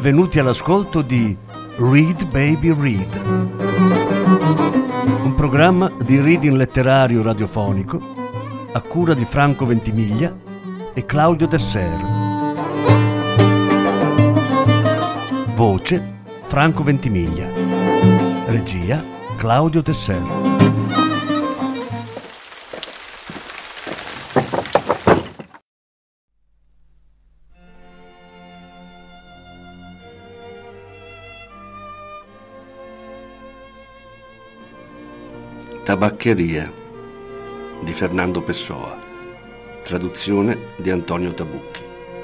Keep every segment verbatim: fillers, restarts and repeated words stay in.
benvenuti all'ascolto di Read Baby Read, un programma di reading letterario radiofonico a cura di Franco Ventimiglia e Claudio Desser. Voce Franco Ventimiglia. Regia Claudio Desser. Tabaccheria di Fernando Pessoa, traduzione di Antonio Tabucchi.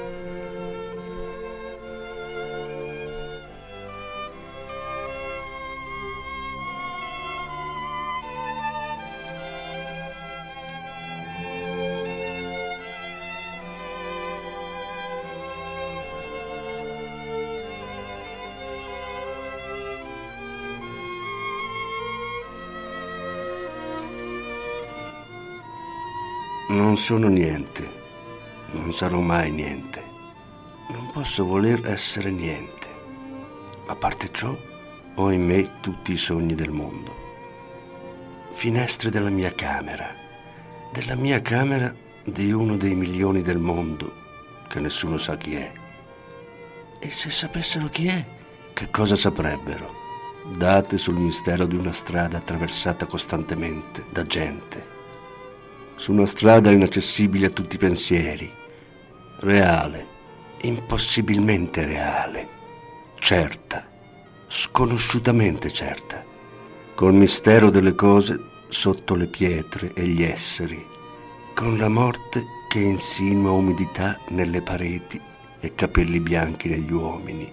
Non sono niente, non sarò mai niente, non posso voler essere niente. A parte ciò, ho in me tutti i sogni del mondo. Finestre della mia camera, della mia camera di uno dei milioni del mondo che nessuno sa chi è. E se sapessero chi è, che cosa saprebbero? Date sul mistero di una strada attraversata costantemente da gente. Su una strada inaccessibile a tutti i pensieri, reale, impossibilmente reale, certa, sconosciutamente certa, col mistero delle cose sotto le pietre e gli esseri, con la morte che insinua umidità nelle pareti e capelli bianchi negli uomini,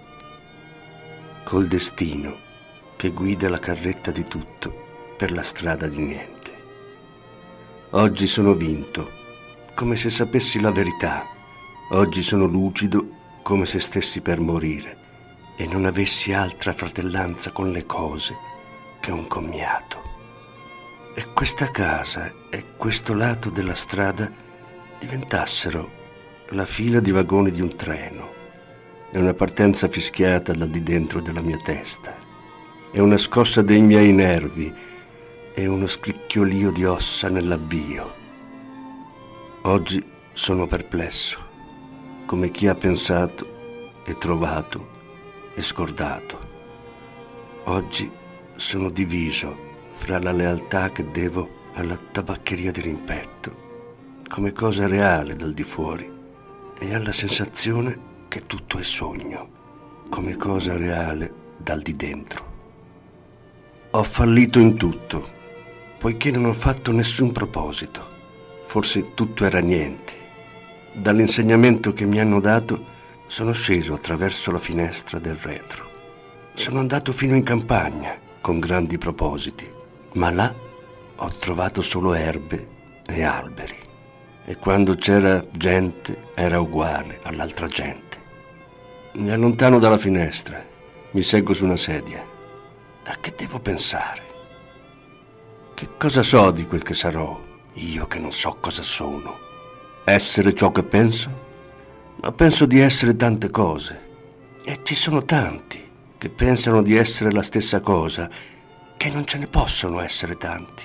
col destino che guida la carretta di tutto per la strada di niente. Oggi sono vinto, come se sapessi la verità. Oggi sono lucido, come se stessi per morire e non avessi altra fratellanza con le cose che un commiato. E questa casa e questo lato della strada diventassero la fila di vagoni di un treno e una partenza fischiata dal di dentro della mia testa e una scossa dei miei nervi e uno scricchiolio di ossa nell'avvio. Oggi sono perplesso, come chi ha pensato e trovato e scordato. Oggi sono diviso fra la lealtà che devo alla tabaccheria di rimpetto, come cosa reale dal di fuori, e alla sensazione che tutto è sogno, come cosa reale dal di dentro. Ho fallito in tutto, poiché non ho fatto nessun proposito. Forse tutto era niente. Dall'insegnamento che mi hanno dato sono sceso attraverso la finestra del retro. Sono andato fino in campagna con grandi propositi, ma là ho trovato solo erbe e alberi. E quando c'era gente era uguale all'altra gente. Mi allontano dalla finestra, mi seggo su una sedia. A che devo pensare? Che cosa so di quel che sarò, io che non so cosa sono? Essere ciò che penso? Ma penso di essere tante cose. E ci sono tanti che pensano di essere la stessa cosa, che non ce ne possono essere tanti.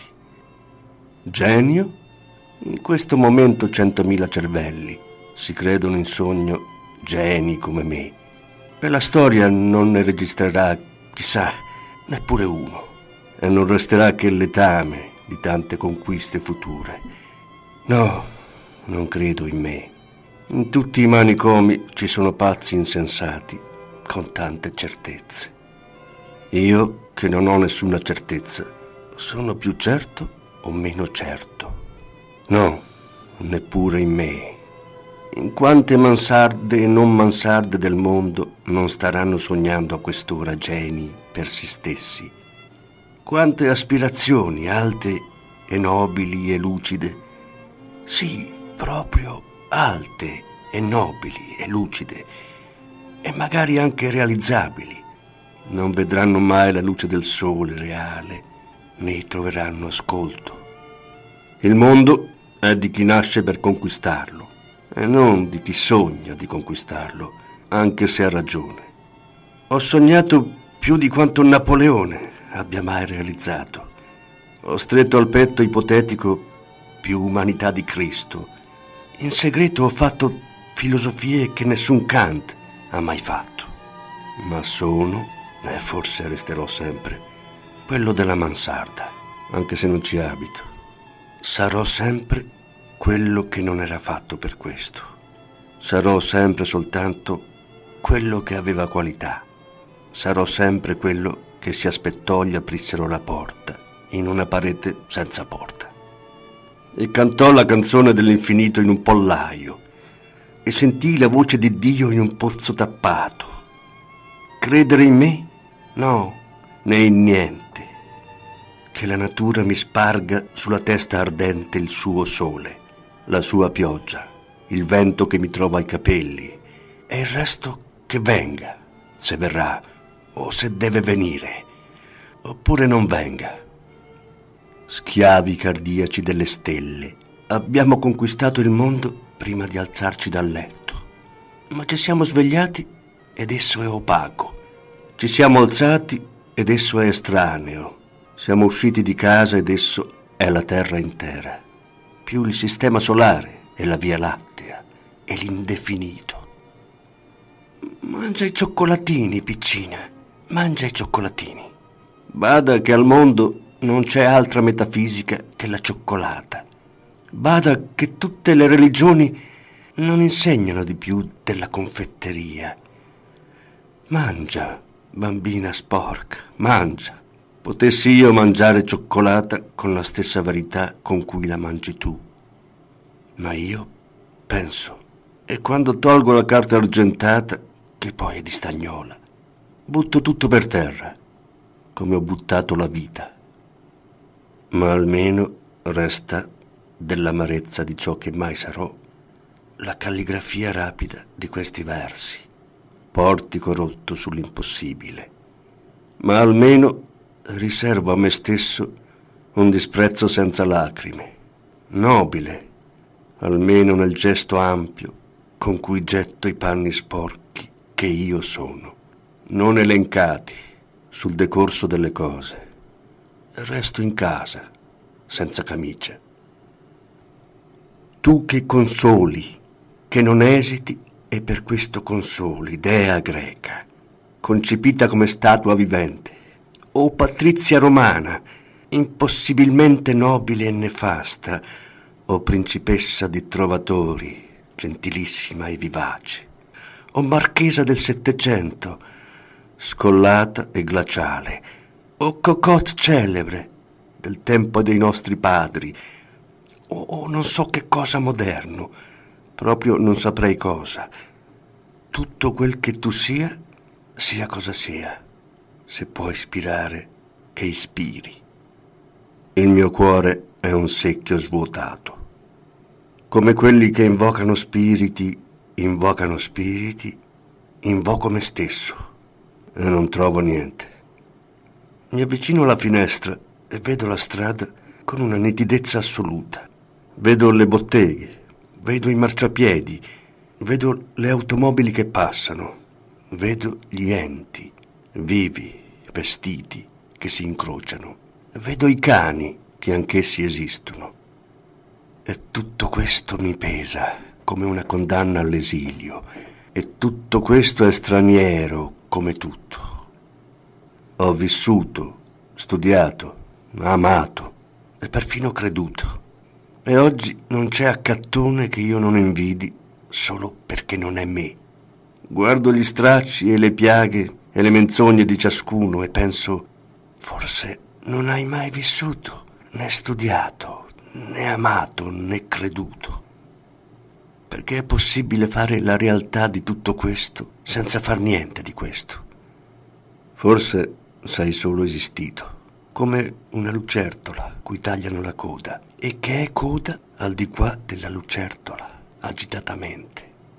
Genio? In questo momento centomila cervelli si credono in sogno geni come me. E la storia non ne registrerà, chissà, neppure uno. E non resterà che il letame di tante conquiste future. No, non credo in me. In tutti i manicomi ci sono pazzi insensati con tante certezze. Io, che non ho nessuna certezza, sono più certo o meno certo? No, neppure in me. In quante mansarde e non mansarde del mondo non staranno sognando a quest'ora geni per si stessi? Quante aspirazioni alte e nobili e lucide, sì, proprio alte e nobili e lucide, e magari anche realizzabili, non vedranno mai la luce del sole reale, né troveranno ascolto. Il mondo è di chi nasce per conquistarlo, e non di chi sogna di conquistarlo, anche se ha ragione. Ho sognato più di quanto Napoleone abbia mai realizzato. Ho stretto al petto ipotetico più umanità di Cristo. In segreto ho fatto filosofie che nessun Kant ha mai fatto. Ma sono, e forse resterò sempre, quello della mansarda, anche se non ci abito. Sarò sempre quello che non era fatto per questo. Sarò sempre soltanto quello che aveva qualità. Sarò sempre quello che si aspettò gli aprissero la porta in una parete senza porta. E cantò la canzone dell'infinito in un pollaio e sentii la voce di Dio in un pozzo tappato. Credere in me? No, né in niente. Che la natura mi sparga sulla testa ardente il suo sole, la sua pioggia, il vento che mi trova i capelli e il resto che venga, se verrà o se deve venire, oppure non venga. Schiavi cardiaci delle stelle, abbiamo conquistato il mondo prima di alzarci dal letto, ma ci siamo svegliati ed esso è opaco. Ci siamo alzati ed esso è estraneo. Siamo usciti di casa ed esso è la terra intera, più il sistema solare e la Via Lattea e l'indefinito. Mangia i cioccolatini, piccina, mangia i cioccolatini. Bada che al mondo non c'è altra metafisica che la cioccolata. Bada che tutte le religioni non insegnano di più della confetteria. Mangia, bambina sporca, mangia. Potessi io mangiare cioccolata con la stessa verità con cui la mangi tu. Ma io penso, e quando tolgo la carta argentata, che poi è di stagnola, butto tutto per terra, come ho buttato la vita. Ma almeno resta dell'amarezza di ciò che mai sarò la calligrafia rapida di questi versi, portico rotto sull'impossibile. Ma almeno riservo a me stesso un disprezzo senza lacrime, nobile, almeno nel gesto ampio con cui getto i panni sporchi che io sono, non elencati sul decorso delle cose. Resto in casa, senza camicia. Tu che consoli, che non esiti e per questo consoli, dea greca, concepita come statua vivente, o patrizia romana, impossibilmente nobile e nefasta, o principessa di trovatori, gentilissima e vivace, o marchesa del Settecento, scollata e glaciale, o cocotte celebre del tempo dei nostri padri, o, o non so che cosa moderno, proprio non saprei cosa. Tutto quel che tu sia, sia cosa sia, se può ispirare, che ispiri. Il mio cuore è un secchio svuotato. Come quelli che invocano spiriti, invocano spiriti, invoco me stesso e non trovo niente. Mi avvicino alla finestra e vedo la strada con una nitidezza assoluta. Vedo le botteghe, vedo i marciapiedi, vedo le automobili che passano, vedo gli enti, vivi, vestiti, che si incrociano. Vedo i cani, che anch'essi esistono. E tutto questo mi pesa come una condanna all'esilio, e tutto questo è straniero come tutto. Ho vissuto, studiato, amato e perfino creduto. E oggi non c'è accattone che io non invidi solo perché non è me. Guardo gli stracci e le piaghe e le menzogne di ciascuno e penso, forse non hai mai vissuto, né studiato, né amato, né creduto. Perché è possibile fare la realtà di tutto questo senza far niente di questo? Forse sei solo esistito, come una lucertola cui tagliano la coda e che è coda al di qua della lucertola, agitatamente.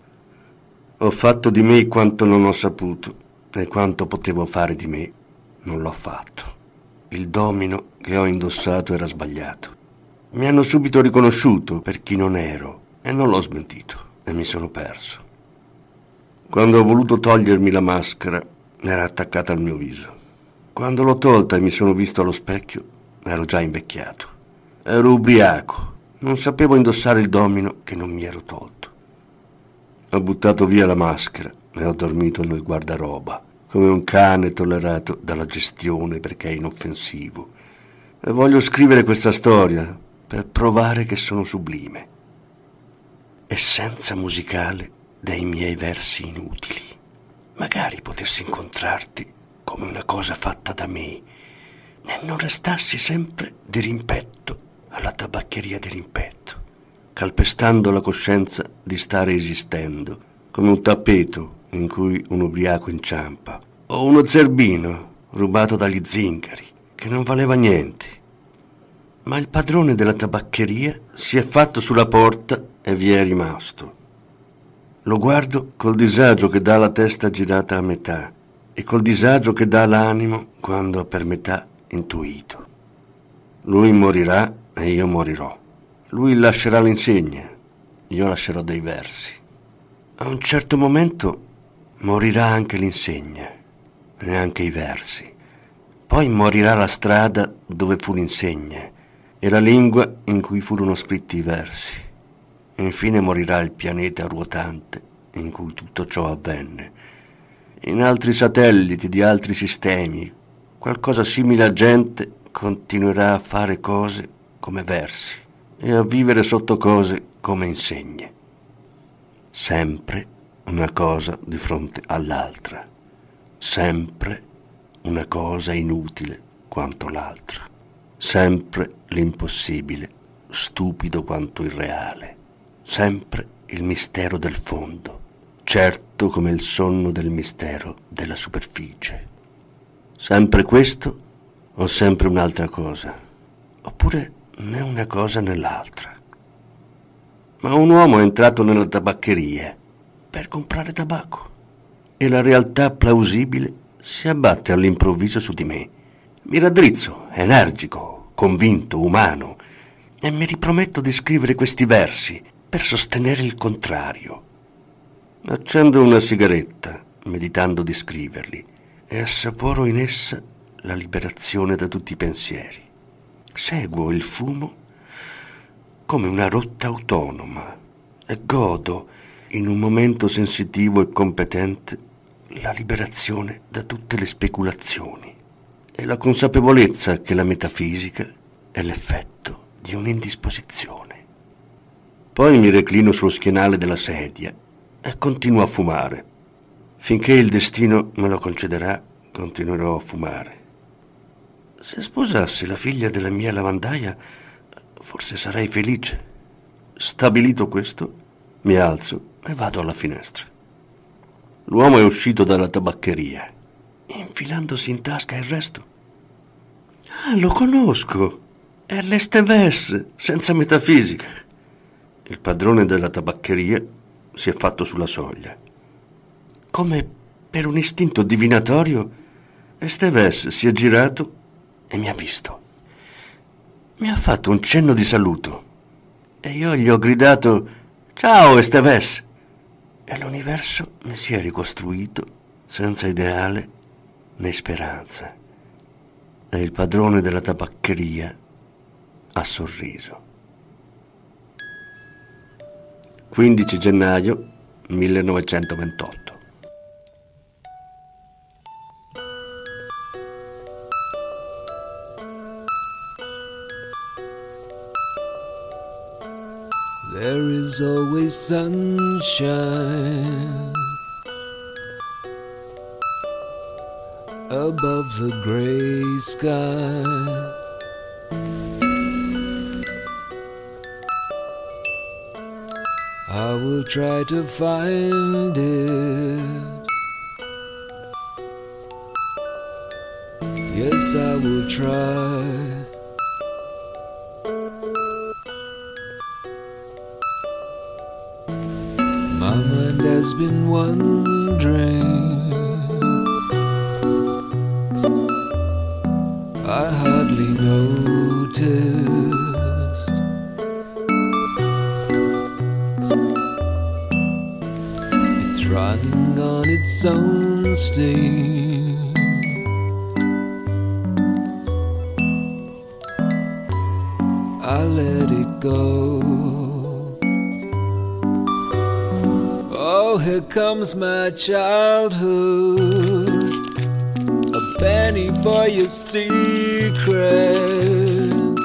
Ho fatto di me quanto non ho saputo e quanto potevo fare di me non l'ho fatto. Il domino che ho indossato era sbagliato. Mi hanno subito riconosciuto per chi non ero e non l'ho smentito e mi sono perso. Quando ho voluto togliermi la maschera era attaccata al mio viso. Quando l'ho tolta e mi sono visto allo specchio, ero già invecchiato. Ero ubriaco, non sapevo indossare il domino che non mi ero tolto. Ho buttato via la maschera e ho dormito nel guardaroba, come un cane tollerato dalla gestione perché è inoffensivo. E voglio scrivere questa storia per provare che sono sublime. Essenza musicale dei miei versi inutili. Magari potessi incontrarti come una cosa fatta da me e non restassi sempre di rimpetto alla tabaccheria di rimpetto, calpestando la coscienza di stare esistendo, come un tappeto in cui un ubriaco inciampa, o uno zerbino rubato dagli zingari, che non valeva niente. Ma il padrone della tabaccheria si è fatto sulla porta e vi è rimasto. Lo guardo col disagio che dà la testa girata a metà e col disagio che dà l'animo quando per metà intuito. Lui morirà e io morirò. Lui lascerà l'insegna, io lascerò dei versi. A un certo momento morirà anche l'insegna e anche i versi. Poi morirà la strada dove fu l'insegna e la lingua in cui furono scritti i versi. Infine morirà il pianeta ruotante in cui tutto ciò avvenne. In altri satelliti di altri sistemi, qualcosa simile a gente continuerà a fare cose come versi e a vivere sotto cose come insegne. Sempre una cosa di fronte all'altra, sempre una cosa inutile quanto l'altra, sempre l'impossibile, stupido quanto il reale, sempre il mistero del fondo, certo come il sonno del mistero della superficie. Sempre questo o sempre un'altra cosa, oppure né una cosa né l'altra. Ma un uomo è entrato nella tabaccheria per comprare tabacco e la realtà plausibile si abbatte all'improvviso su di me. Mi raddrizzo, energico, convinto, umano, e mi riprometto di scrivere questi versi per sostenere il contrario. Accendo una sigaretta, meditando di scriverli, e assaporo in essa la liberazione da tutti i pensieri. Seguo il fumo come una rotta autonoma e godo, in un momento sensitivo e competente, la liberazione da tutte le speculazioni e la consapevolezza che la metafisica è l'effetto di un'indisposizione. Poi mi reclino sullo schienale della sedia e continuo a fumare. Finché il destino me lo concederà, continuerò a fumare. Se sposassi la figlia della mia lavandaia, forse sarei felice. Stabilito questo, mi alzo e vado alla finestra. L'uomo è uscito dalla tabaccheria, infilandosi in tasca il resto. Ah, lo conosco! È l'Esteves, senza metafisica. Il padrone della tabaccheria si è fatto sulla soglia. Come per un istinto divinatorio, Esteves si è girato e mi ha visto. Mi ha fatto un cenno di saluto e io gli ho gridato «Ciao, Esteves!» e l'universo mi si è ricostruito senza ideale né speranza. E il padrone della tabaccheria ha sorriso. quindici gennaio millenovecentoventotto. There is always sunshine above the gray sky. I will try to find it. Yes, I will try. My mind has been wondering, I hardly noticed. It's running on its own steam. let it go. Oh, here comes my childhood, a penny for your secrets,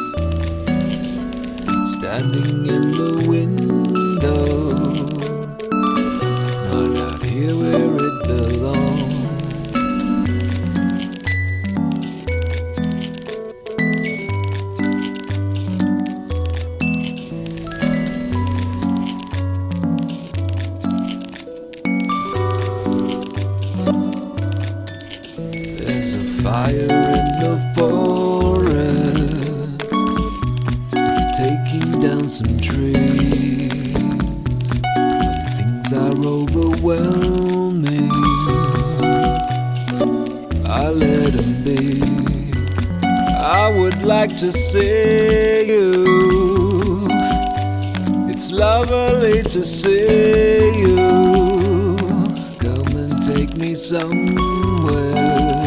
standing in the window, not out here where it belongs. Fire in the forest, it's taking down some trees. When things are overwhelming, I let them be. I would like to see you, it's lovely to see you. Come and take me somewhere,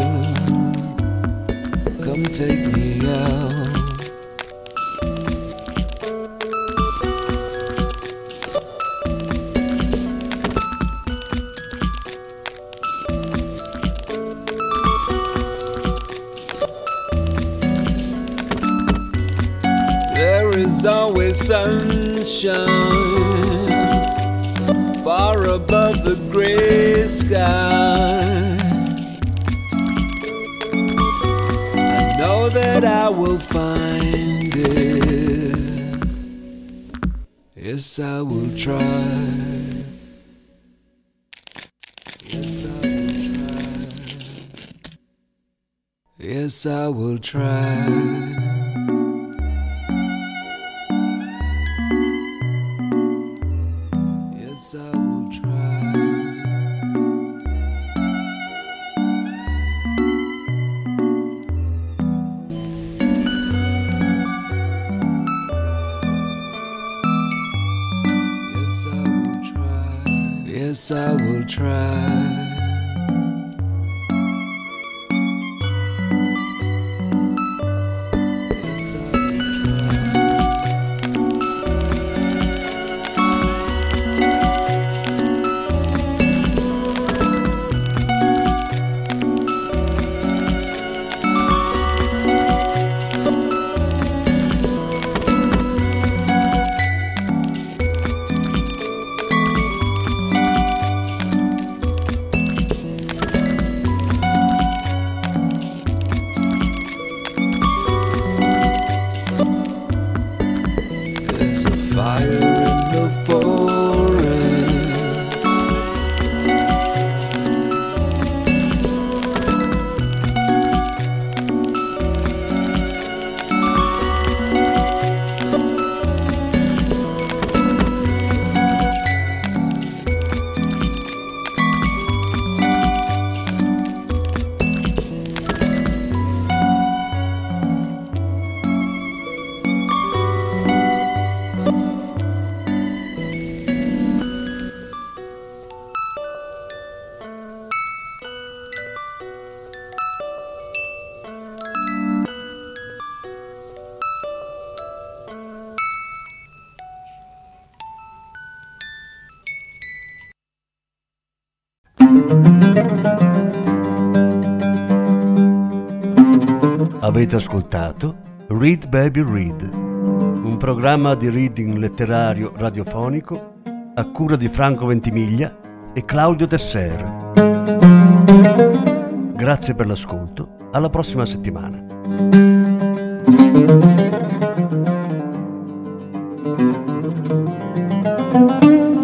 come take me out. There is always sunshine far above the gray sky. Know that I will find it. Yes, I will try. Yes, I will try. Yes, I will try. Yes, I will try. Yes, I will try. Fire in the forest, Avete ascoltato Read Baby Read, un programma di reading letterario radiofonico a cura di Franco Ventimiglia e Claudio Tesser. Grazie per l'ascolto, alla prossima settimana.